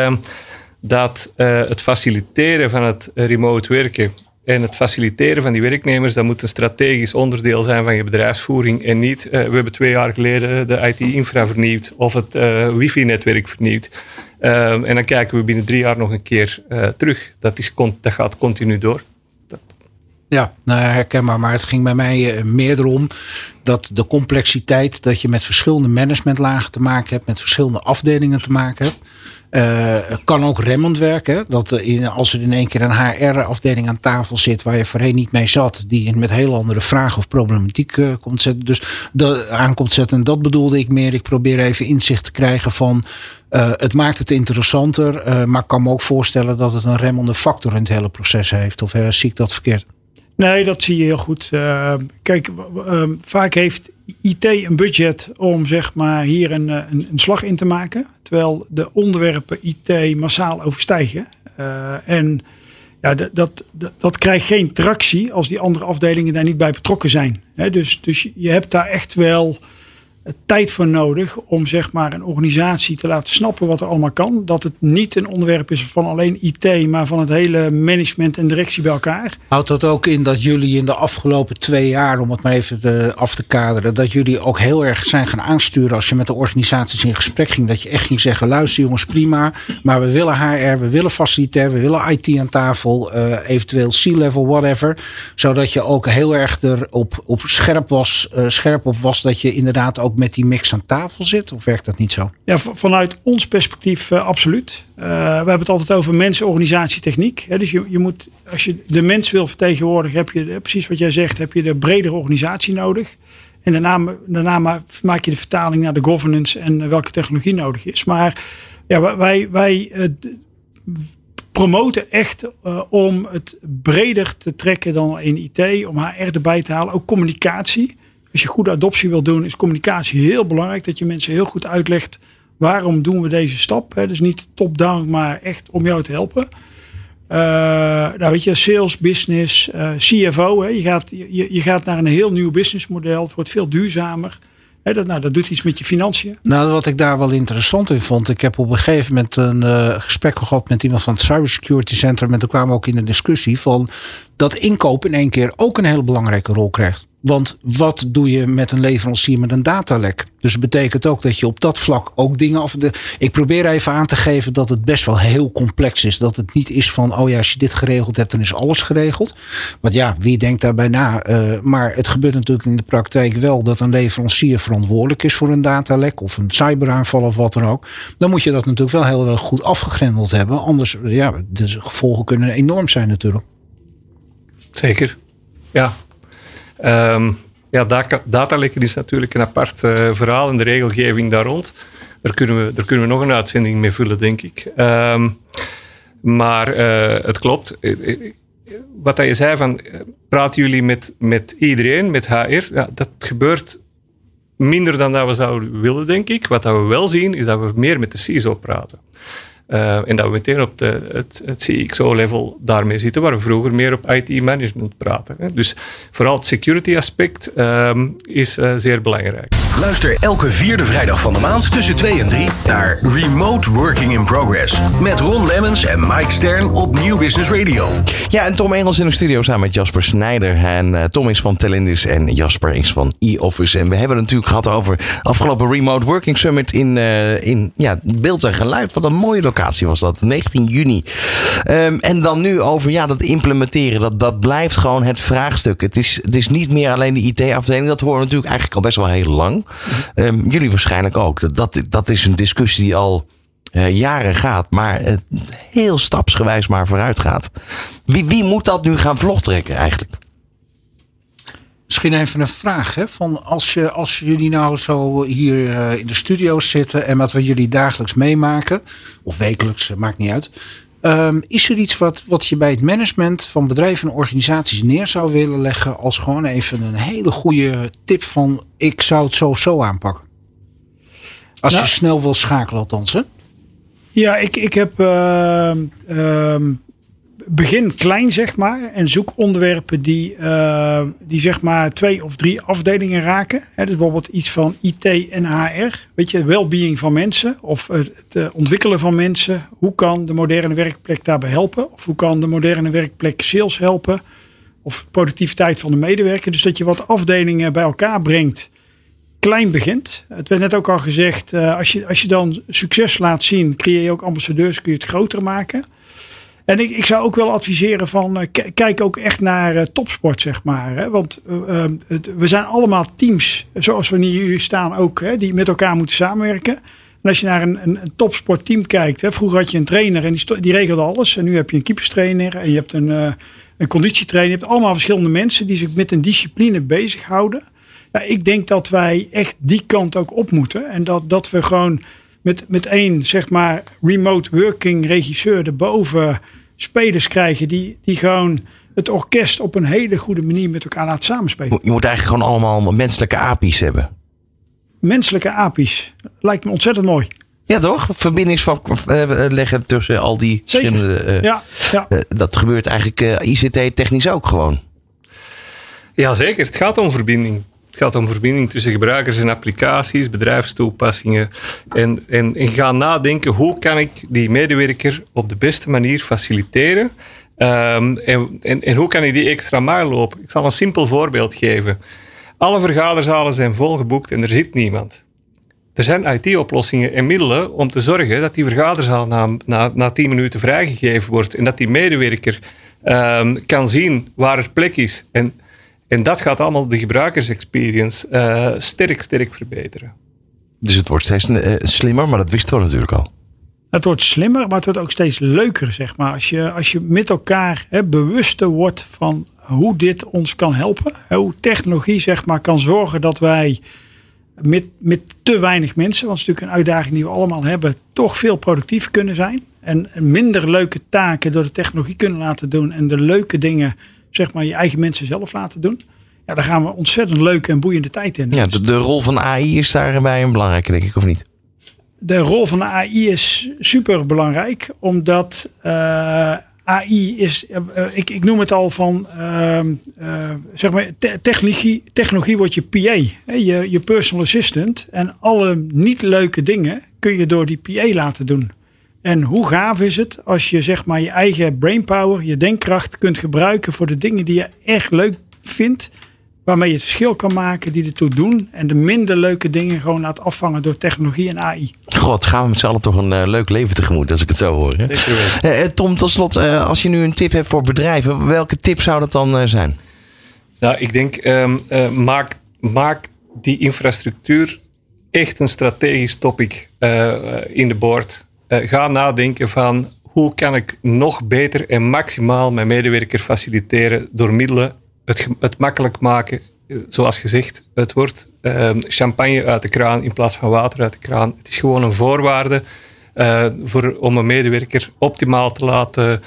dat het faciliteren van het remote werken en het faciliteren van die werknemers, dat moet een strategisch onderdeel zijn van je bedrijfsvoering en niet, we hebben 2 jaar geleden de IT-infra vernieuwd of het wifi-netwerk vernieuwd. En dan kijken we binnen 3 jaar nog een keer terug. Dat gaat continu door. Ja, nou herkenbaar. Maar het ging bij mij meer erom dat de complexiteit, dat je met verschillende managementlagen te maken hebt, met verschillende afdelingen te maken hebt. Kan ook remmend werken. Hè? Dat als er in één keer een HR-afdeling aan tafel zit waar je voorheen niet mee zat, die met heel andere vragen of problematiek komt zetten. Dus aankomt zetten. En dat bedoelde ik meer. Ik probeer even inzicht te krijgen van het maakt het interessanter. Maar ik kan me ook voorstellen dat het een remmende factor in het hele proces heeft. Of zie ik dat verkeerd? Nee, dat zie je heel goed. Kijk, vaak heeft IT een budget om zeg maar hier een slag in te maken. Terwijl de onderwerpen IT massaal overstijgen. En ja, dat krijgt geen tractie als die andere afdelingen daar niet bij betrokken zijn. Dus je hebt daar echt wel tijd voor nodig om zeg maar een organisatie te laten snappen wat er allemaal kan. Dat het niet een onderwerp is van alleen IT, maar van het hele management en directie bij elkaar. Houdt dat ook in dat jullie in de afgelopen 2 jaar, om het maar even af te kaderen, dat jullie ook heel erg zijn gaan aansturen als je met de organisaties in gesprek ging, dat je echt ging zeggen, luister jongens, prima, maar we willen HR, we willen facilitair, we willen IT aan tafel, eventueel C-level, whatever, zodat je ook heel erg op scherp op was dat je inderdaad ook met die mix aan tafel zit? Of werkt dat niet zo? Ja, vanuit ons perspectief absoluut. We hebben het altijd over mensen, organisatie, techniek. Dus je moet, als je de mens wil vertegenwoordigen, heb je precies wat jij zegt, heb je de bredere organisatie nodig. En daarna maak je de vertaling naar de governance en welke technologie nodig is. Maar ja, wij promoten echt om het breder te trekken dan in IT, om HR erbij te halen. Ook communicatie. Als je goede adoptie wil doen, is communicatie heel belangrijk. Dat je mensen heel goed uitlegt waarom doen we deze stap. Dus niet top-down, maar echt om jou te helpen. Weet je, sales, business, CFO. Je gaat naar een heel nieuw businessmodel. Het wordt veel duurzamer. Dat doet iets met je financiën. Nou, wat ik daar wel interessant in vond. Ik heb op een gegeven moment een gesprek gehad met iemand van het Cybersecurity Center. En toen kwamen we ook in de discussie van dat inkoop in één keer ook een hele belangrijke rol krijgt. Want wat doe je met een leverancier met een datalek? Dus het betekent ook dat je op dat vlak ook dingen ik probeer even aan te geven dat het best wel heel complex is. Dat het niet is van, oh ja, als je dit geregeld hebt, dan is alles geregeld. Want ja, wie denkt daarbij na? Maar het gebeurt natuurlijk in de praktijk wel dat een leverancier verantwoordelijk is voor een datalek of een cyberaanval of wat dan ook. Dan moet je dat natuurlijk wel heel erg goed afgegrendeld hebben. Anders, ja, de gevolgen kunnen enorm zijn natuurlijk. Zeker, ja. Datalekken is natuurlijk een apart verhaal en de regelgeving daar rond. Daar kunnen we nog een uitzending mee vullen, denk ik. Maar het klopt. Wat je zei van, praten jullie met iedereen, met HR? Ja, dat gebeurt minder dan dat we zouden willen, denk ik. Wat we wel zien, is dat we meer met de CISO praten. En dat we meteen op het CXO-level daarmee zitten, waar we vroeger meer op IT-management praten. Dus vooral het security-aspect is zeer belangrijk. Luister elke 4e vrijdag van de maand tussen 2 en 3 naar Remote Working in Progress. Met Ron Lemmens en Mike Stern op Nieuw Business Radio. Ja, en Tom Engels in de studio samen met Jasper Snijder. En Tom is van Telindus en Jasper is van e-office. En we hebben het natuurlijk gehad over de afgelopen Remote Working Summit in beeld en geluid. Wat een mooie locatie was dat, 19 juni. En dan nu over dat implementeren. Dat blijft gewoon het vraagstuk. Het is niet meer alleen de IT-afdeling. Dat horen we natuurlijk eigenlijk al best wel heel lang. Jullie waarschijnlijk ook. Dat is een discussie die al jaren gaat, maar heel stapsgewijs maar vooruit gaat. Wie moet dat nu gaan vlogtrekken eigenlijk? Misschien even een vraag. Hè? Van als jullie nou zo hier in de studio's zitten en wat we jullie dagelijks meemaken, of wekelijks, maakt niet uit. Is er iets wat je bij het management van bedrijven en organisaties neer zou willen leggen als gewoon even een hele goede tip van ik zou het zo aanpakken? Als je snel wil schakelen althans, hè? Ja, ik heb begin klein, zeg maar, en zoek onderwerpen die zeg maar 2 of 3 afdelingen raken. Dus bijvoorbeeld iets van IT en HR. Weet je, well-being van mensen of het ontwikkelen van mensen. Hoe kan de moderne werkplek daarbij helpen? Of hoe kan de moderne werkplek sales helpen? Of productiviteit van de medewerker. Dus dat je wat afdelingen bij elkaar brengt. Klein begint. Het werd net ook al gezegd, als je dan succes laat zien, creëer je ook ambassadeurs, kun je het groter maken. En ik zou ook wel adviseren van kijk ook echt naar topsport, zeg maar. Hè? Want we zijn allemaal teams, zoals we hier staan ook, hè, die met elkaar moeten samenwerken. En als je naar een topsportteam kijkt, hè, vroeger had je een trainer en die regelde alles. En nu heb je een keeperstrainer en je hebt een conditietrainer. Je hebt allemaal verschillende mensen die zich met een discipline bezighouden. Ja, ik denk dat wij echt die kant ook op moeten. En dat we gewoon met één, zeg maar, remote working regisseur erboven spelers krijgen die gewoon het orkest op een hele goede manier met elkaar laten samenspelen. Je moet eigenlijk gewoon allemaal menselijke API's hebben. Menselijke API's. Lijkt me ontzettend mooi. Ja, toch? Verbindingsvlak leggen tussen al die verschillende. Ja. Dat gebeurt eigenlijk ICT-technisch ook gewoon. Ja, zeker. Het gaat om verbinding. Het gaat om verbinding tussen gebruikers en applicaties, bedrijfstoepassingen. En gaan nadenken, hoe kan ik die medewerker op de beste manier faciliteren? En hoe kan ik die extra mijl lopen? Ik zal een simpel voorbeeld geven. Alle vergaderzalen zijn volgeboekt en er zit niemand. Er zijn IT-oplossingen en middelen om te zorgen dat die vergaderzaal na 10 minuten vrijgegeven wordt en dat die medewerker kan zien waar er plek is. En dat gaat allemaal de gebruikersexperience sterk verbeteren. Dus het wordt steeds slimmer, maar dat wisten we natuurlijk al. Het wordt slimmer, maar het wordt ook steeds leuker, zeg maar. Als je met elkaar bewuster wordt van hoe dit ons kan helpen. Hoe technologie, zeg maar, kan zorgen dat wij met te weinig mensen, want het is natuurlijk een uitdaging die we allemaal hebben, toch veel productiever kunnen zijn. En minder leuke taken door de technologie kunnen laten doen. En de leuke dingen, zeg maar, je eigen mensen zelf laten doen. Ja, daar gaan we ontzettend leuke en boeiende tijd in. Ja, de rol van AI is daarbij een belangrijke, denk ik, of niet? De rol van de AI is super belangrijk, omdat AI is, ik noem het al van, zeg maar, technologie wordt je PA, je personal assistant. En alle niet leuke dingen kun je door die PA laten doen. En hoe gaaf is het als je, zeg maar, je eigen brainpower, je denkkracht kunt gebruiken voor de dingen die je echt leuk vindt. Waarmee je het verschil kan maken, die ertoe doen. En de minder leuke dingen gewoon laat afvangen door technologie en AI. God, gaan we met z'n allen toch een leuk leven tegemoet, als ik het zo hoor. Hè? Tom, tot slot, als je nu een tip hebt voor bedrijven, welke tip zou dat dan zijn? Nou, ik denk, maak die infrastructuur echt een strategisch topic in de board. Ga nadenken van, hoe kan ik nog beter en maximaal mijn medewerker faciliteren door middelen het makkelijk maken. Zoals gezegd, het wordt champagne uit de kraan in plaats van water uit de kraan. Het is gewoon een voorwaarde om een medewerker optimaal te laten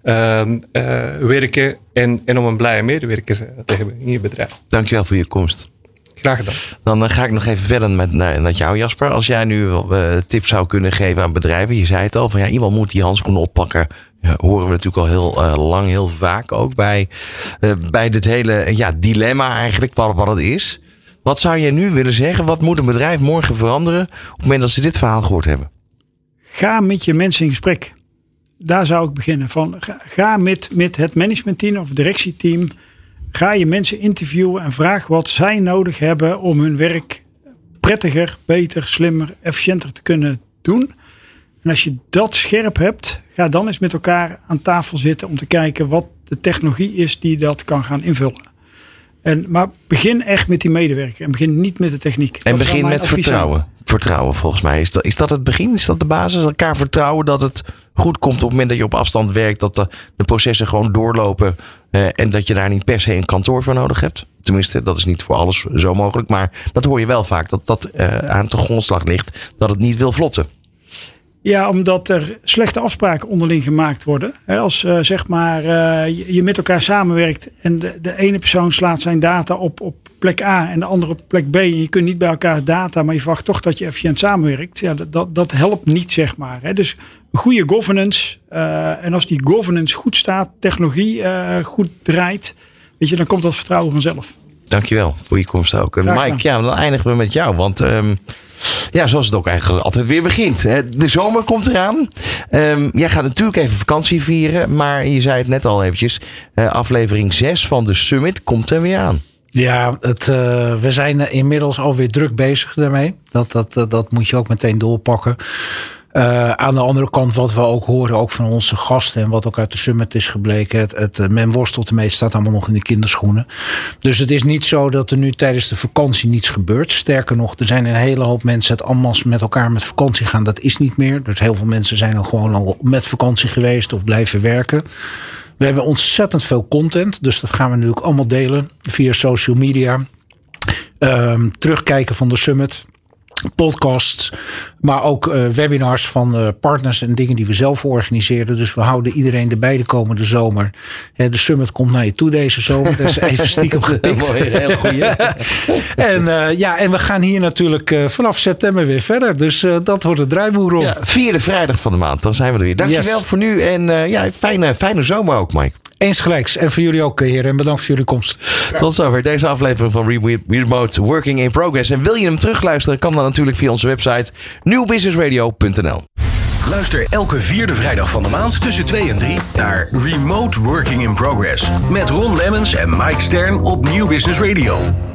werken en om een blije medewerker te hebben in je bedrijf. Dankjewel voor je komst. Graag gedaan. Dan ga ik nog even verder met jou, Jasper. Als jij nu tips zou kunnen geven aan bedrijven. Je zei het al, van ja, iemand moet die handschoenen oppakken. Horen we natuurlijk al heel lang, heel vaak ook bij dit hele dilemma eigenlijk, wat het is. Wat zou je nu willen zeggen? Wat moet een bedrijf morgen veranderen op het moment dat ze dit verhaal gehoord hebben? Ga met je mensen in gesprek. Daar zou ik beginnen. Ga met het managementteam of directieteam. Ga je mensen interviewen en vraag wat zij nodig hebben om hun werk prettiger, beter, slimmer, efficiënter te kunnen doen. En als je dat scherp hebt, ga dan eens met elkaar aan tafel zitten om te kijken wat de technologie is die dat kan gaan invullen. Maar begin echt met die medewerker en begin niet met de techniek. En begin met vertrouwen. Vertrouwen volgens mij. Is dat het begin? Is dat de basis? Elkaar vertrouwen dat het goed komt op het moment dat je op afstand werkt. Dat de processen gewoon doorlopen. En dat je daar niet per se een kantoor voor nodig hebt. Tenminste, dat is niet voor alles zo mogelijk. Maar dat hoor je wel vaak. Dat aan de grondslag ligt. Dat het niet wil vlotten. Ja, omdat er slechte afspraken onderling gemaakt worden. Als je met elkaar samenwerkt en de ene persoon slaat zijn data op plek A en de andere op plek B. En je kunt niet bij elkaar data, maar je verwacht toch dat je efficiënt samenwerkt. Ja, dat helpt niet, zeg maar. Dus een goede governance. En als die governance goed staat, technologie goed draait, weet je, dan komt dat vertrouwen vanzelf. Dankjewel voor je komst ook. Mike, dan eindigen we met jou. Want zoals het ook eigenlijk altijd weer begint. De zomer komt eraan. Jij gaat natuurlijk even vakantie vieren. Maar je zei het net al eventjes. Aflevering 6 van de Summit komt er weer aan. Ja, we zijn inmiddels alweer druk bezig daarmee. Dat moet je ook meteen doorpakken. Aan de andere kant, wat we ook horen, ook van onze gasten en wat ook uit de Summit is gebleken, men worstelt ermee, het staat allemaal nog in de kinderschoenen. Dus het is niet zo dat er nu tijdens de vakantie niets gebeurt. Sterker nog, er zijn een hele hoop mensen het allemaal met elkaar met vakantie gaan. Dat is niet meer. Dus heel veel mensen zijn al gewoon al met vakantie geweest of blijven werken. We hebben ontzettend veel content, dus dat gaan we natuurlijk allemaal delen via social media. Terugkijken van de Summit. Podcasts, maar ook webinars van partners en dingen die we zelf organiseren. Dus we houden iedereen erbij de komende zomer. De Summit komt naar je toe deze zomer. Dat is even stiekem gepikt. Heel goed. En we gaan hier natuurlijk vanaf september weer verder. Dus dat wordt het draaiboek op. Ja, 4e vrijdag van de maand, dan zijn we er weer. Dankjewel voor nu en fijne zomer ook, Mike. Eens gelijks. En voor jullie ook, heren. En bedankt voor jullie komst. Tot zover deze aflevering van Remote Working in Progress. En wil je hem terugluisteren, kan dat natuurlijk via onze website nieuwbusinessradio.nl. Luister elke 4e vrijdag van de maand tussen 2 en 3 naar Remote Working in Progress. Met Ron Lemmens en Mike Stern op Nieuw Business Radio.